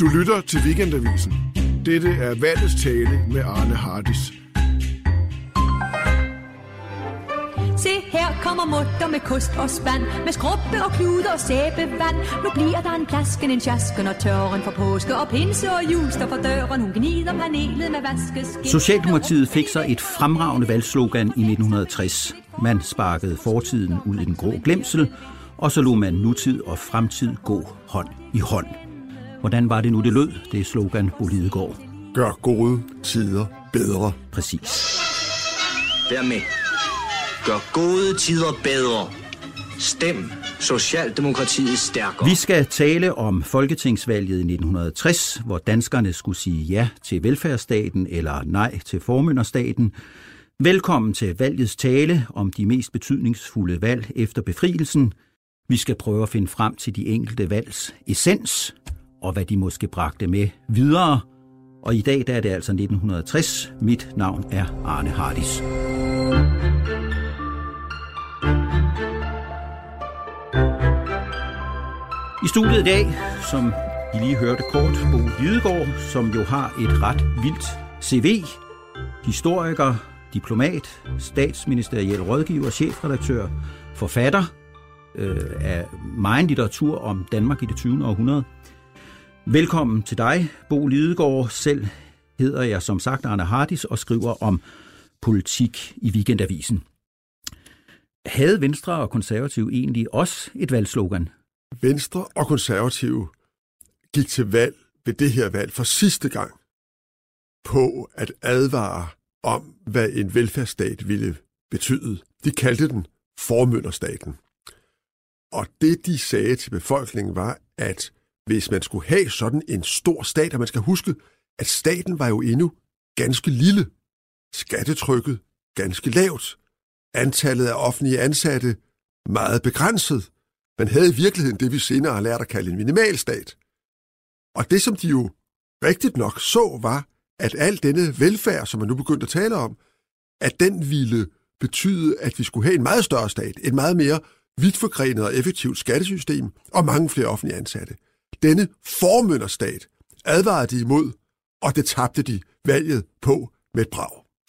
Du lytter til Weekendavisen. Dette er valgets tale med Arne Hardis. Se, her kommer mutter med kost og spand, med skrubbe og klude og sæbevand. Nu bliver der en plasken, en sjasken og tørren for påske, og pinse og jul står for døren. Hun gnider panelet med vaskeskin. Socialdemokratiet fik sig et fremragende valgslogan i 1960. Man sparkede fortiden ud i den grå glemsel, og så lod man nutid og fremtid gå hånd i hånd. Hvordan var det nu, det lød, det slogan, Bo Lidegaard? Gør gode tider bedre. Præcis. Dermed. Gør gode tider bedre. Stem Socialdemokratiet stærkere. Vi skal tale om folketingsvalget i 1960, hvor danskerne skulle sige ja til velfærdsstaten eller nej til formynderstaten. Velkommen til valgets tale om de mest betydningsfulde valg efter befrielsen. Vi skal prøve at finde frem til de enkelte valgs essens, og hvad de måske bragte med videre. Og i dag der er det altså 1960. Mit navn er Arne Hardis. I studiet i dag, som I lige hørte kort, Bo Lidegaard, som jo har et ret vildt CV. Historiker, diplomat, statsministeriel rådgiver, chefredaktør, forfatter af megen litteratur om Danmark i det 20. århundrede. Velkommen til dig, Bo Lidegaard. Selv hedder jeg som sagt Arne Hardis og skriver om politik i Weekendavisen. Havde Venstre og Konservative egentlig også et valgslogan? Venstre og Konservative gik til valg ved det her valg for sidste gang på at advare om, hvad en velfærdsstat ville betyde. De kaldte den formynderstaten. Og det, de sagde til befolkningen, var, at hvis man skulle have sådan en stor stat, og man skal huske, at staten var jo endnu ganske lille, skattetrykket ganske lavt, antallet af offentlige ansatte meget begrænset. Man havde i virkeligheden det, vi senere har lært at kalde en minimalstat. Og det, som de jo rigtigt nok så, var, at al denne velfærd, som man nu begyndte at tale om, at den ville betyde, at vi skulle have en meget større stat, et meget mere vidtforgrenet og effektivt skattesystem og mange flere offentlige ansatte. Denne formynderstat advarede de imod, og det tabte de valget på med et brag.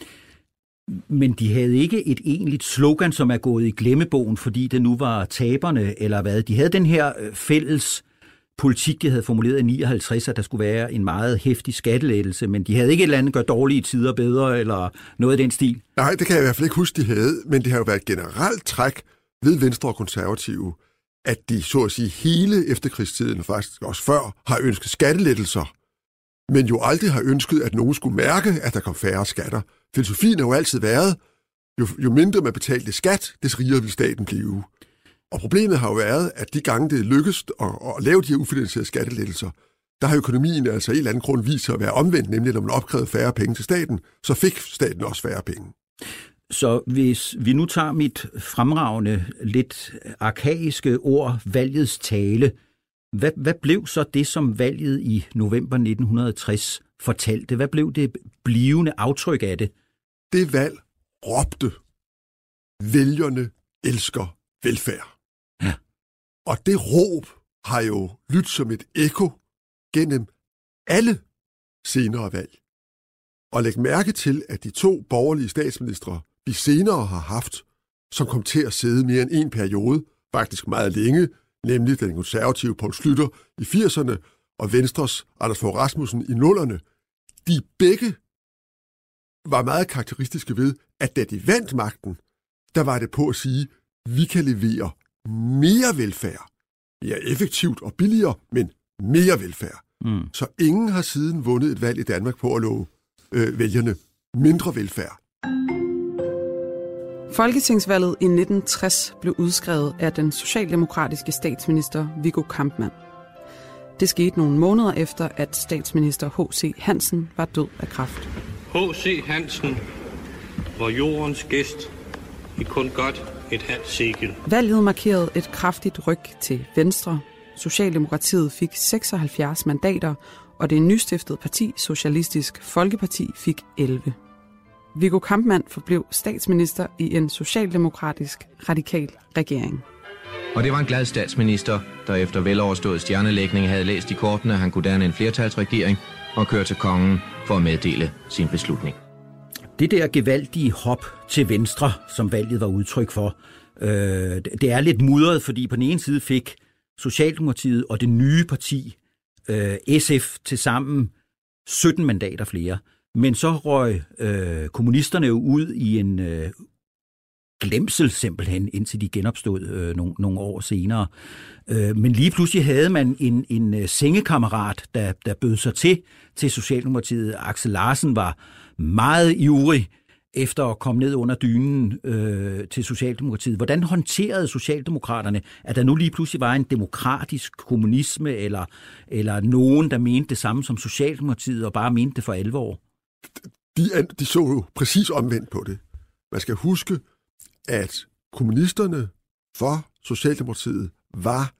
Men de havde ikke et egentligt slogan, som er gået i glemmebogen, fordi det nu var taberne, eller hvad? De havde den her fælles politik, de havde formuleret i 59, at der skulle være en meget heftig skattelettelse, men de havde ikke et eller andet gør dårlige tider bedre, eller noget af den stil. Nej, det kan jeg i hvert fald ikke huske, de havde, men det har jo været et generelt træk ved Venstre og Konservative, at de så at sige hele efterkrigstiden, faktisk også før, har ønsket skattelettelser, men jo aldrig har ønsket, at nogen skulle mærke, at der kom færre skatter. Filosofien har jo altid været, jo mindre man betalte skat, des rigere vil staten blive. Og problemet har jo været, at de gange det lykkedes at lave de her ufinansierede skattelettelser, der har økonomien altså i en eller anden grund vist sig at være omvendt, nemlig når man opkrævede færre penge til staten, så fik staten også færre penge. Så hvis vi nu tager mit fremragende, lidt arkaiske ord, valgets tale, hvad blev så det, som valget i november 1960 fortalte? Hvad blev det blivende aftryk af det? Det valg råbte, vælgerne elsker velfærd. Ja. Og det råb har jo lyttet som et ekko gennem alle senere valg. Og læg mærke til, at de to borgerlige statsministre, vi senere har haft, som kom til at sidde mere end en periode, faktisk meget længe, nemlig den konservative Poul Schlüter i 80'erne og Venstres Anders Fogh Rasmussen i 00'erne, de begge var meget karakteristiske ved, at da de vandt magten, der var det på at sige, vi kan levere mere velfærd. Mere effektivt og billigere, men mere velfærd. Så ingen har siden vundet et valg i Danmark på at love vælgerne mindre velfærd. Folketingsvalget i 1960 blev udskrevet af den socialdemokratiske statsminister Viggo Kampmann. Det skete nogle måneder efter, at statsminister H.C. Hansen var død af kræft. H.C. Hansen var jordens gæst i kun godt et halvt sekel. Valget markerede et kraftigt ryk til Venstre. Socialdemokratiet fik 76 mandater, og det nystiftede parti, Socialistisk Folkeparti, fik 11. Viggo Kampmann forblev statsminister i en socialdemokratisk radikal regering. Og det var en glad statsminister, der efter veloverstået stjernelægning havde læst i kortene, at han kunne danne en flertalsregering og køre til kongen for at meddele sin beslutning. Det der gevaldige hop til venstre, som valget var udtryk for, det er lidt mudret, fordi på den ene side fik Socialdemokratiet og det nye parti, SF, til sammen 17 mandater flere. Men så røg kommunisterne jo ud i en glemsel simpelthen, indtil de genopstod nogle år senere. Men lige pludselig havde man en sengekammerat, der bød sig til Socialdemokratiet. Aksel Larsen var meget ivrig efter at komme ned under dynen til Socialdemokratiet. Hvordan håndterede Socialdemokraterne, at der nu lige pludselig var en demokratisk kommunisme, eller nogen, der mente det samme som Socialdemokratiet, og bare mente det for alvor? De så jo præcis omvendt på det. Man skal huske, at kommunisterne for Socialdemokratiet var,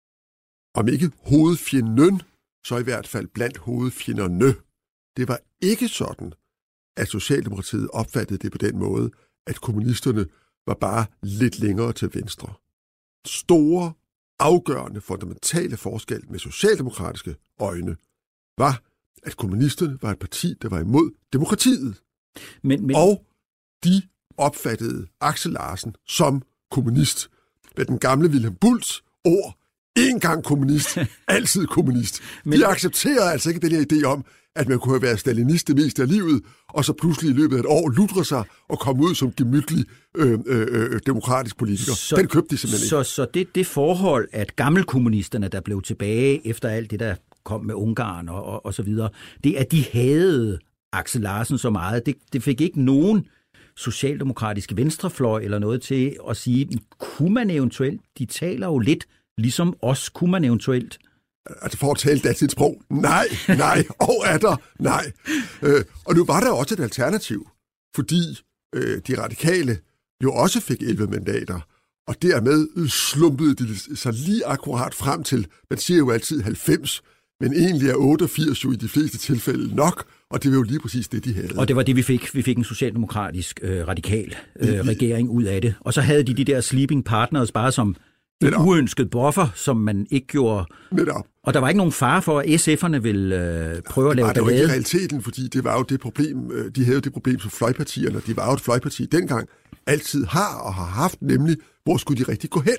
om ikke hovedfjenden, så i hvert fald blandt hovedfjenderne. Det var ikke sådan, at Socialdemokratiet opfattede det på den måde, at kommunisterne var bare lidt længere til venstre. Store, afgørende, fundamentale forskel med socialdemokratiske øjne var, at kommunisterne var et parti, der var imod demokratiet. Men... Og de opfattede Aksel Larsen som kommunist. Med den gamle Wilhelm Bulls ord, en gang kommunist, altid kommunist. De accepterede altså ikke den her idé om, at man kunne have været stalinist det meste af livet, og så pludselig i løbet af et år lutre sig og komme ud som gemytlig demokratisk politiker. Den købte de simpelthen ikke. Så det forhold, at gammelkommunisterne, der blev tilbage efter alt det, der kom med Ungarn og så videre, det at de havde Aksel Larsen så meget, det fik ikke nogen socialdemokratiske venstrefløj eller noget til at sige, kunne man eventuelt, de taler jo lidt ligesom os, kunne man eventuelt. Altså for at tale datidens sprog, nej, og er der, nej. Og nu var der også et alternativ, fordi de radikale jo også fik 11 mandater, og dermed slumpede de sig lige akkurat frem til, man siger jo altid 90, men egentlig er 88 jo i de fleste tilfælde nok, og det var jo lige præcis det, de havde. Og det var det, vi fik. Vi fik en socialdemokratisk radikal regering ud af det. Og så havde de der sleeping partners bare som en uønsket buffer, som man ikke gjorde. Netop. Og der var ikke nogen fare for, at SF'erne ville prøve at lave ballade. Det var ikke i realiteten, fordi det var jo det problem, de havde jo det problem som fløjpartierne, de var jo et fløjparti dengang, altid har og har haft, nemlig, hvor skulle de rigtig gå hen?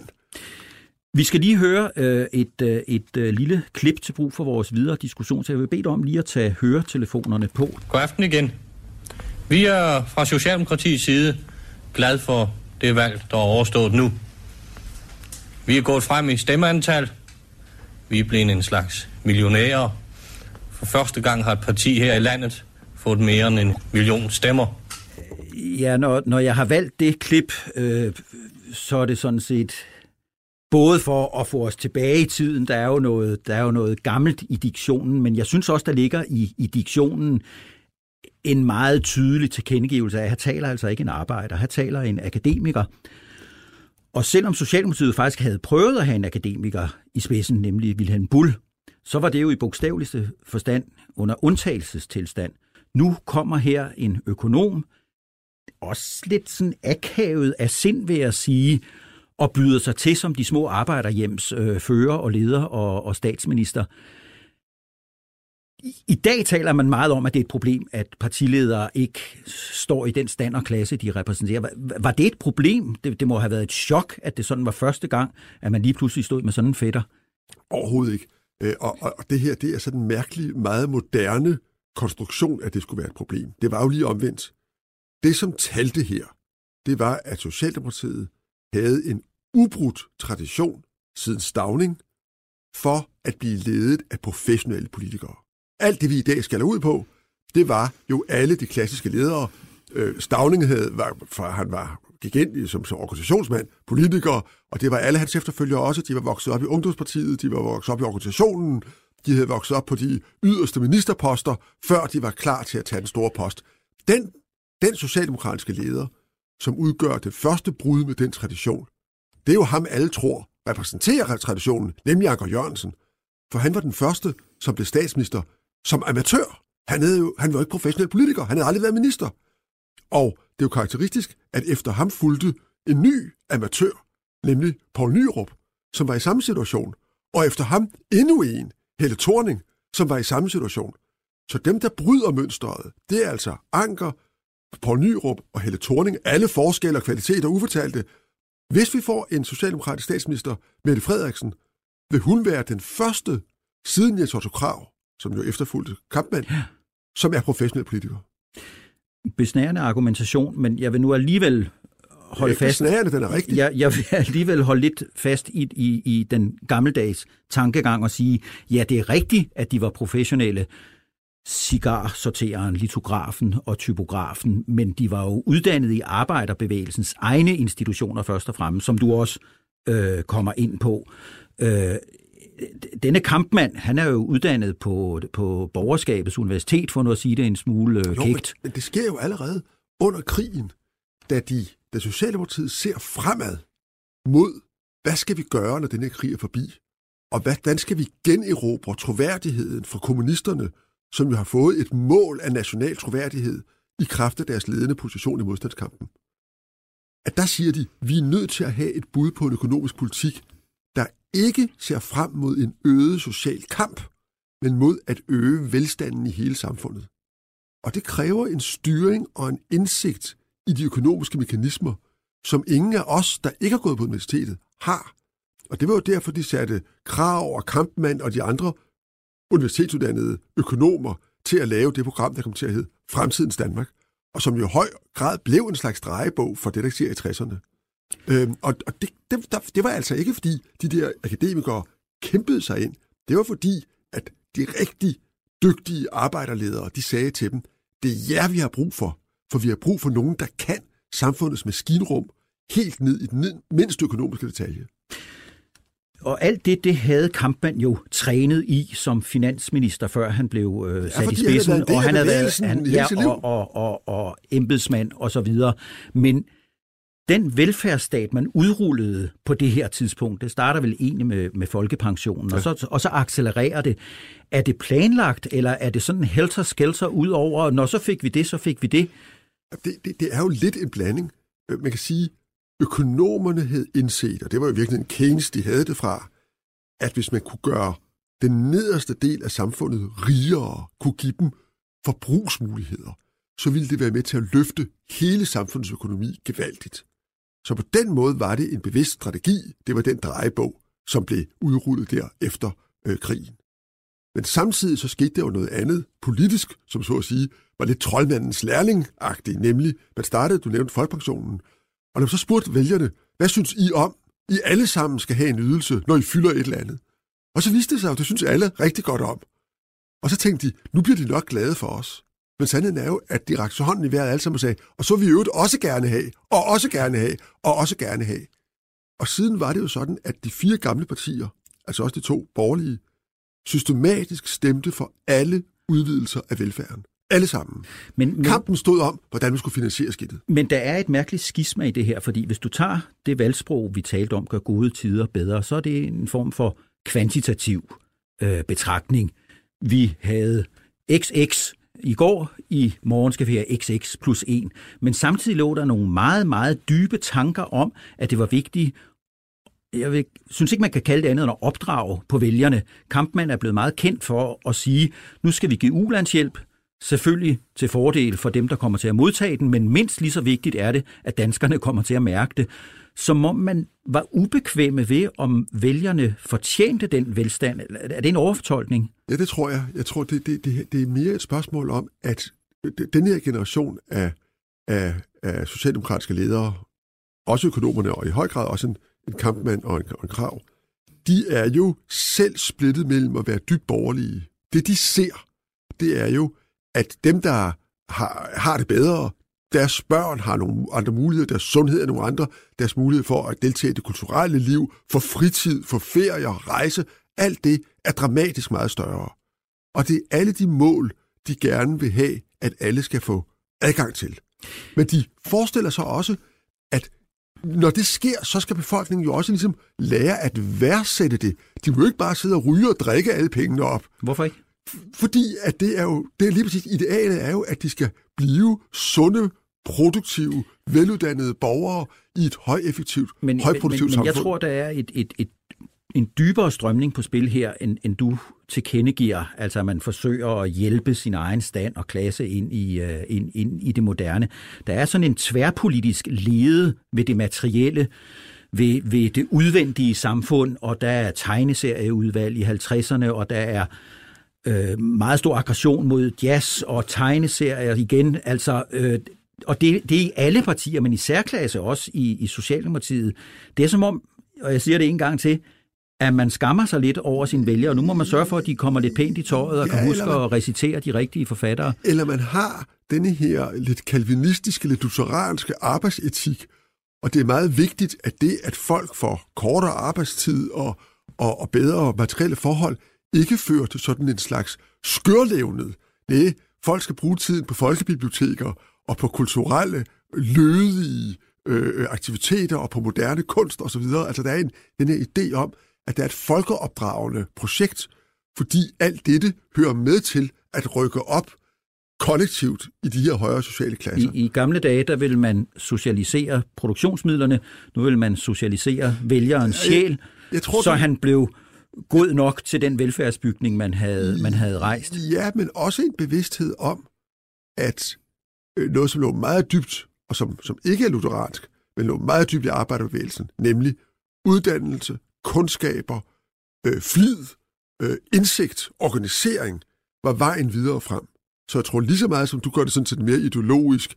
Vi skal lige høre et lille klip til brug for vores videre diskussion, så jeg vil bede dig om lige at tage høretelefonerne på. God aften igen. Vi er fra Socialdemokratiets side glad for det valg, der er overstået nu. Vi er gået frem i stemmeantal. Vi er blevet en slags millionærer. For første gang har et parti her i landet fået mere end 1 million stemmer. Ja, når jeg har valgt det klip, så er det sådan set både for at få os tilbage i tiden. Der er jo noget gammelt i diktionen, men jeg synes også, der ligger i diktionen en meget tydelig tilkendegivelse af, at her taler altså ikke en arbejder, her taler en akademiker. Og selvom Socialdemokratiet faktisk havde prøvet at have en akademiker i spidsen, nemlig Wilhelm Bull, så var det jo i bogstaveligste forstand under undtagelsestilstand. Nu kommer her en økonom, også lidt sådan akavet af sind, vil jeg sige, og byder sig til som de små arbejderhjems fører og leder og statsminister. I dag taler man meget om, at det er et problem, at partiledere ikke står i den stand og klasse, de repræsenterer. Var det et problem? Det må have været et chok, at det sådan var første gang, at man lige pludselig stod med sådan en fætter. Overhovedet ikke. Og det her, det er sådan en mærkelig, meget moderne konstruktion, at det skulle være et problem. Det var jo lige omvendt. Det, som talte her, det var, at Socialdemokratiet havde en ubrudt tradition siden Stauning for at blive ledet af professionelle politikere. Alt det, vi i dag skal ud på, det var jo alle de klassiske ledere. Stauning gik ind som organisationsmand, politiker, og det var alle hans efterfølgere også. De var vokset op i Ungdomspartiet, de var vokset op i organisationen, de havde vokset op på de yderste ministerposter, før de var klar til at tage den store post. Den socialdemokratiske leder, som udgør det første brud med den tradition, det er jo ham, alle tror repræsenterer traditionen, nemlig Anker Jørgensen. For han var den første, som blev statsminister som amatør. Han var ikke professionel politiker, han havde aldrig været minister. Og det er jo karakteristisk, at efter ham fulgte en ny amatør, nemlig Poul Nyrup, som var i samme situation, og efter ham endnu en, Helle Thorning, som var i samme situation. Så dem, der bryder mønstret, det er altså Anker, Poul Nyrup og Helle Thorning, alle forskelle og kvaliteter ufortalte. Hvis vi får en socialdemokratisk statsminister, Mette Frederiksen, vil hun være den første siden Jens Otto Krag, som jo efterfulgte Kampmann, som er professionel politiker. Besnærende argumentation, men jeg vil nu alligevel holde fast. Besnærende, den er rigtig. Jeg vil alligevel holde lidt fast i den gammeldags tankegang og sige, ja, det er rigtigt, at de var professionelle cigarsortereren, litografen og typografen, men de var jo uddannet i arbejderbevægelsens egne institutioner først og fremmest, som du også kommer ind på. Denne Kampmann, han er jo uddannet på Borgerskabets Universitet, for nu at sige det en smule kægt. Men det sker jo allerede under krigen, da Socialdemokratiet ser fremad mod, hvad skal vi gøre, når denne krig er forbi? Og hvordan skal vi generobre troværdigheden fra kommunisterne, som jo har fået et mål af national troværdighed i kraft af deres ledende position i modstandskampen? At der siger de, vi er nødt til at have et bud på en økonomisk politik, der ikke ser frem mod en øget social kamp, men mod at øge velstanden i hele samfundet. Og det kræver en styring og en indsigt i de økonomiske mekanismer, som ingen af os, der ikke har gået på universitetet, har. Og det var jo derfor, de satte Krag og Kampmann og de andre universitetsuddannede økonomer til at lave det program, der kom til at hedde Fremtidens Danmark, og som jo i høj grad blev en slags drejebog for det, der sker i 60'erne. Og det var altså ikke, fordi de der akademikere kæmpede sig ind. Det var fordi, at de rigtig dygtige arbejderledere, de sagde til dem, det er jer, vi har brug for vi har brug for nogen, der kan samfundets maskinrum helt ned i den mindste økonomiske detalje. Og alt det havde Kampmann jo trænet i som finansminister, før han blev sat i spidsen, og han havde været og embedsmand og så videre. Men den velfærdsstat, man udrullede på det her tidspunkt, det starter vel egentlig med folkepensionen, og så accelererer det. Er det planlagt, eller er det sådan helter-skelter ud over, når så fik vi det, så fik vi det? Det er jo lidt en blanding. Man kan sige, økonomerne havde indset, og det var jo virkelig en Keynes, de havde det fra, at hvis man kunne gøre den nederste del af samfundet rigere, kunne give dem forbrugsmuligheder, så ville det være med til at løfte hele samfundets økonomi gevaldigt. Så på den måde var det en bevidst strategi. Det var den drejebog, som blev udrullet der efter krigen. Men samtidig så skete der jo noget andet politisk, som så at sige var lidt troldmandens lærling-agtigt, nemlig man startede, du nævnte folkepensionen, og når så spurgte vælgerne, hvad synes I om, I alle sammen skal have en ydelse, når I fylder et eller andet? Og så viste det sig, at det synes alle rigtig godt om. Og så tænkte de, nu bliver de nok glade for os. Men sandheden er jo, at de rakte så hånden i vejret alle sammen og sagde, og så vil vi jo også gerne have, og også gerne have, og også gerne have. Og siden var det jo sådan, at de 4 gamle partier, altså også de 2 borgerlige, systematisk stemte for alle udvidelser af velfærden. Alle sammen. Men kampen stod om, hvordan vi skulle finansiere skidtet. Men der er et mærkeligt skisma i det her, fordi hvis du tager det valgsprog, vi talte om, gør gode tider bedre, så er det en form for kvantitativ betragtning. Vi havde XX i går, i morgen skal vi have XX plus 1. Men samtidig lå der nogle meget, meget dybe tanker om, at det var vigtigt. Jeg synes ikke, man kan kalde det andet end at opdrage på vælgerne. Kampmann er blevet meget kendt for at sige, nu skal vi give ulandshjælp, selvfølgelig til fordel for dem, der kommer til at modtage den, men mindst lige så vigtigt er det, at danskerne kommer til at mærke det. Som om man var ubekvemme ved, om vælgerne fortjente den velstand. Er det en overfortolkning? Ja, det tror jeg. Jeg tror, det er mere et spørgsmål om, at den her generation af socialdemokratiske ledere, også økonomerne, og i høj grad også en Kampmann og en Krag, de er jo selv splittet mellem at være dybt borgerlige. Det, de ser, det er jo, at dem, der har det bedre, deres børn har nogle andre muligheder, deres sundhed er nogle andre, deres mulighed for at deltage i det kulturelle liv, for fritid, for ferier, rejse, alt det er dramatisk meget større. Og det er alle de mål, de gerne vil have, at alle skal få adgang til. Men de forestiller sig også, at når det sker, så skal befolkningen jo også ligesom lære at værdsætte det. De må jo ikke bare sidde og ryge og drikke alle pengene op. Hvorfor ikke? Fordi at det er lige præcis idealet er jo, at de skal blive sunde, produktive, veluddannede borgere i et højeffektivt, højproduktivt samfund. Men jeg tror, der er en dybere strømning på spil her, end du tilkendegiver. Altså, man forsøger at hjælpe sin egen stand og klasse ind i det moderne. Der er sådan en tværpolitisk lede ved det materielle, ved det udvendige samfund, og der er tegneserieudvalg i 50'erne, og der er meget stor aggression mod jazz og tegneserier igen. Altså, og det er i alle partier, men i særklasse også i Socialdemokratiet. Det er som om, og jeg siger det en gang til, at man skammer sig lidt over sine vælgere, og nu må man sørge for, at de kommer lidt pænt i tøjet og kan huske at recitere de rigtige forfattere. Eller man har denne her lidt kalvinistiske, lidt lutheranske arbejdsetik, og det er meget vigtigt, at det, at folk får kortere arbejdstid og bedre materielle forhold, ikke fører til sådan en slags skørlevnet. Nej, folk skal bruge tiden på folkebiblioteker og på kulturelle, lødige aktiviteter og på moderne kunst osv. Altså der er den her idé om, at der er et folkeopdragende projekt, fordi alt dette hører med til at rykke op kollektivt i de her højere sociale klasser. I gamle dage, der ville man socialisere produktionsmidlerne, nu vil man socialisere vælgerens sjæl, så han blev god nok til den velfærdsbygning, man havde rejst. Ja, men også en bevidsthed om, at noget, som lå meget dybt, og som ikke er lutheransk, men lå meget dybt i arbejderbevægelsen, nemlig uddannelse, kundskaber, flid, indsigt, organisering, var vejen videre frem. Så jeg tror lige så meget, som du gør det sådan til et mere ideologisk,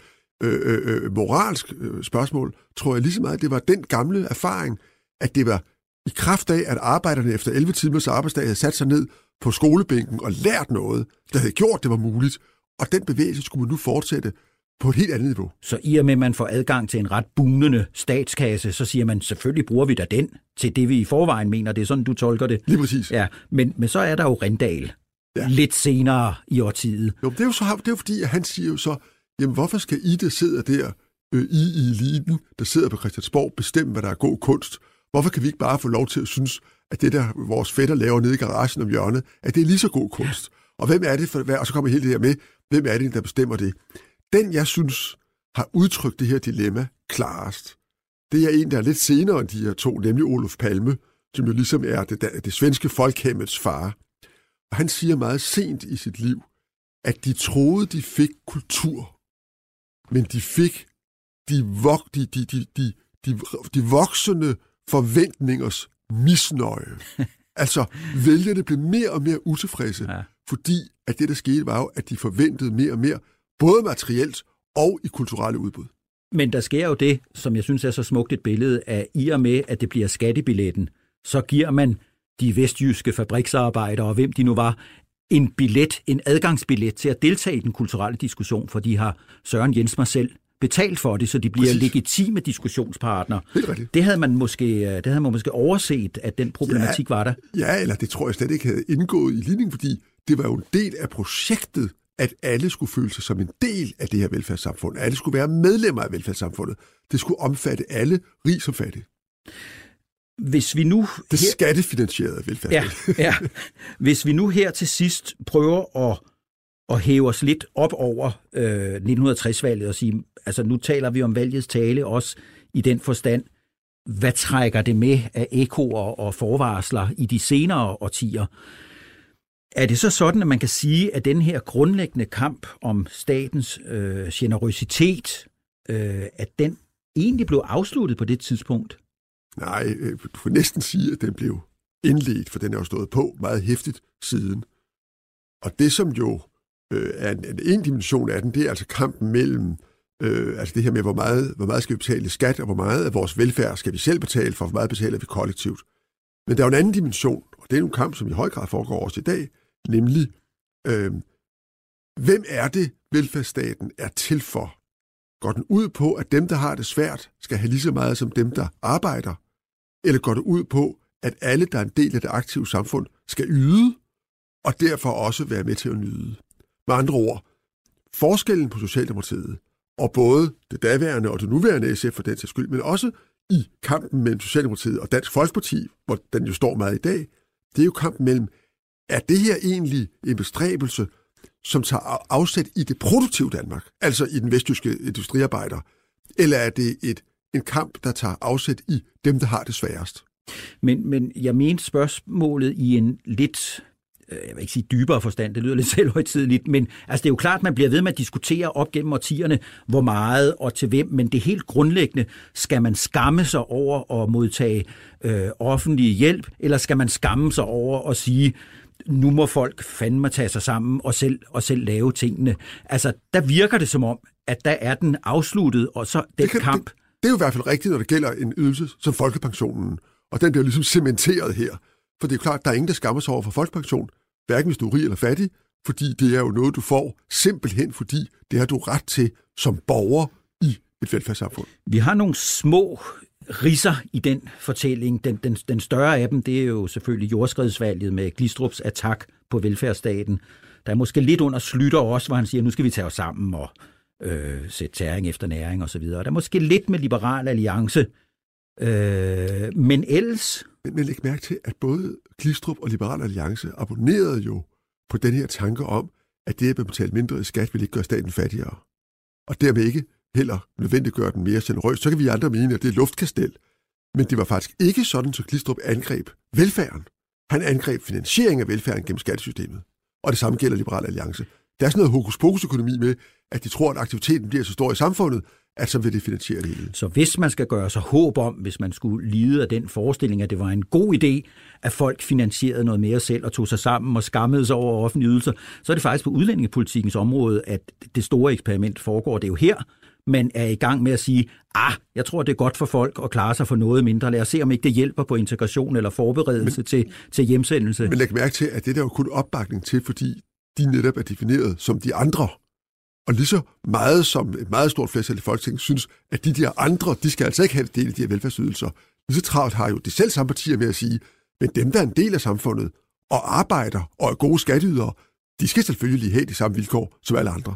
moralsk spørgsmål, tror jeg lige så meget, det var den gamle erfaring, at det var i kraft af, at arbejderne efter 11 timers arbejdsdag havde sat sig ned på skolebænken og lært noget, der havde gjort, det var muligt. Og den bevægelse skulle man nu fortsætte på et helt andet niveau. Så i og med, at man får adgang til en ret bugnende statskasse, så siger man, selvfølgelig bruger vi da den til det, vi i forvejen mener. Det er sådan, du tolker det. Lige præcis. Ja, men så er der jo Rindal. Ja. Lidt senere i årtiet. Jo, det er jo fordi, at han siger jo så, jamen hvorfor skal I, der sidder der i eliten, der sidder på Christiansborg, bestemme, hvad der er god kunst? Hvorfor kan vi ikke bare få lov til at synes, at det, der vores fætter laver nede i garagen om hjørnet, at det er lige så god kunst? Og hvem er det, og så kommer hele det her med, hvem er det, der bestemmer det? Den, jeg synes, har udtrykt det her dilemma klarest, det er en, der er lidt senere end de her to, nemlig Olof Palme, som jo ligesom er det svenske folkhemmets far. Og han siger meget sent i sit liv, at de troede, de fik kultur, men de fik de voksende forventningers misnøje. Altså, vælgerne blev mere og mere utilfredse, fordi at det, der skete, var jo, at de forventede mere og mere, både materielt og i kulturelle udbud. Men der sker jo det, som jeg synes er så smukt et billede af, i og med, at det bliver skattebilletten, så giver man de vestjyske fabriksarbejdere, og hvem de nu var, en adgangsbillet til at deltage i den kulturelle diskussion, for de har Søren Jens selv betalt for det, så de bliver legitime diskussionspartnere. Det havde man måske overset, at den problematik var der. Ja, eller det tror jeg slet ikke havde indgået i ligningen, fordi det var jo en del af projektet, at alle skulle føle sig som en del af det her velfærdssamfund. Alle skulle være medlemmer af velfærdssamfundet. Det skulle omfatte alle, rig som fattig. Hvis vi nu det skattefinansierede velfærdssamfund. Ja. Hvis vi nu her til sidst prøver at hæve os lidt op over 1960-valget og sige, altså nu taler vi om valgets tale også i den forstand, hvad trækker det med af ekoer og forvarsler i de senere årtier? Er det så sådan, at man kan sige, at den her grundlæggende kamp om statens generøsitet, at den egentlig blev afsluttet på det tidspunkt? Nej, du kan næsten sige, at den blev indledt, for den er jo stået på meget hæftigt siden. Og det, som jo er en dimension af den, det er altså kampen mellem altså det her med, hvor meget skal vi betale i skat, og hvor meget af vores velfærd skal vi selv betale for, hvor meget betaler vi kollektivt. Men der er jo en anden dimension, og det er en kamp, som i høj grad foregår også i dag, nemlig, hvem er det, velfærdsstaten er til for? Går den ud på, at dem, der har det svært, skal have lige så meget som dem, der arbejder? Eller går det ud på, at alle, der er en del af det aktive samfund, skal yde, og derfor også være med til at nyde? Med andre ord, forskellen på Socialdemokratiet, og både det daværende og det nuværende SF for den sags skyld, men også i kampen mellem Socialdemokratiet og Dansk Folkeparti, hvor den jo står meget i dag, det er jo kampen mellem, er det her egentlig en bestræbelse, som tager afsæt i det produktive Danmark, altså i den vestjyske industriarbejder, Eller er det en kamp, der tager afsæt i dem, der har det sværest? Men jeg mente spørgsmålet i en lidt, jeg vil ikke sige dybere forstand, det lyder lidt selvhøjtideligt, men altså, det er jo klart, at man bliver ved med at diskutere op gennem årtierne, hvor meget og til hvem, men det helt grundlæggende, skal man skamme sig over at modtage offentlig hjælp, eller skal man skamme sig over at sige, nu må folk fandme tage sig sammen og selv lave tingene. Altså, der virker det som om, at der er den afsluttet, og så den kamp. Det er jo i hvert fald rigtigt, når det gælder en ydelse som folkepensionen, og den bliver ligesom cementeret her. For det er jo klart, at der er ingen, der skammer sig over for folkepension, hverken hvis du er rig eller fattig, fordi det er jo noget, du får simpelthen, fordi det har du ret til som borger i et velfærdssamfund. Vi har nogle små ridser i den fortælling. Den større af dem, det er jo selvfølgelig jordskredsvalget med Glistrups attack på velfærdsstaten. Der er måske lidt under Schlüter også, hvor han siger, nu skal vi tage os sammen og sætte tæring efter næring osv. Der er måske lidt med Liberal Alliance, men ellers... Men læg mærke til, at både Glistrup og Liberal Alliance abonnerede jo på den her tanke om, at det at betale mindre i skat vil ikke gøre staten fattigere. Og dermed ikke heller nødvendigt gøre den mere generøs. Så kan vi andre mene, at det er luftkastel. Men det var faktisk ikke sådan, så Glistrup angreb velfærden. Han angreb finansiering af velfærden gennem skattesystemet. Og det samme gælder Liberal Alliance. Der er sådan noget hokus-pokus-økonomi med, at de tror, at aktiviteten bliver så stor i samfundet, at så vil det finansiere det hele. Så hvis man skal gøre sig håb om, hvis man skulle lide af den forestilling, at det var en god idé, at folk finansierede noget mere selv og tog sig sammen og skammede sig over offentlige ydelser, så er det faktisk på udlændingepolitikkens område, at det store eksperiment foregår. Det er jo her, man er i gang med at sige, jeg tror, det er godt for folk at klare sig for noget mindre. Lad os se, om ikke det hjælper på integration eller forberedelse til hjemsendelse. Men læg mærke til, at det der jo kun opbakning til, fordi de netop er defineret som de andre. Og lige så meget som et meget stort flertal i Folketinget synes, at de der andre, de skal altså ikke have del i de her velfærdsydelser. Lige så travlt har jo de selv samme partier med at sige, men dem, der er en del af samfundet og arbejder og er gode skatteydere, de skal selvfølgelig have de samme vilkår som alle andre.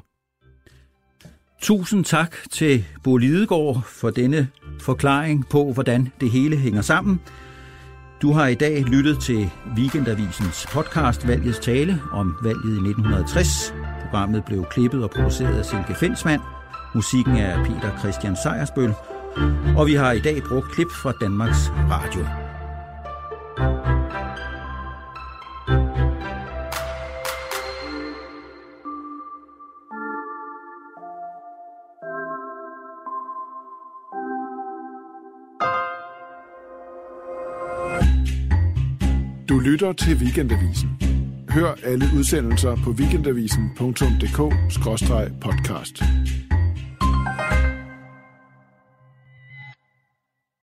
Tusind tak til Bo Lidegaard for denne forklaring på, hvordan det hele hænger sammen. Du har i dag lyttet til Weekendavisens podcast Valgets Tale om valget i 1960. Programmet blev klippet og produceret af Silke Fensmann. Musikken er Peter Christian Sejersbøl. Og vi har i dag brugt klip fra Danmarks Radio. Du lytter til Weekendavisen. Hør alle udsendelser på weekendavisen.dk/podcast.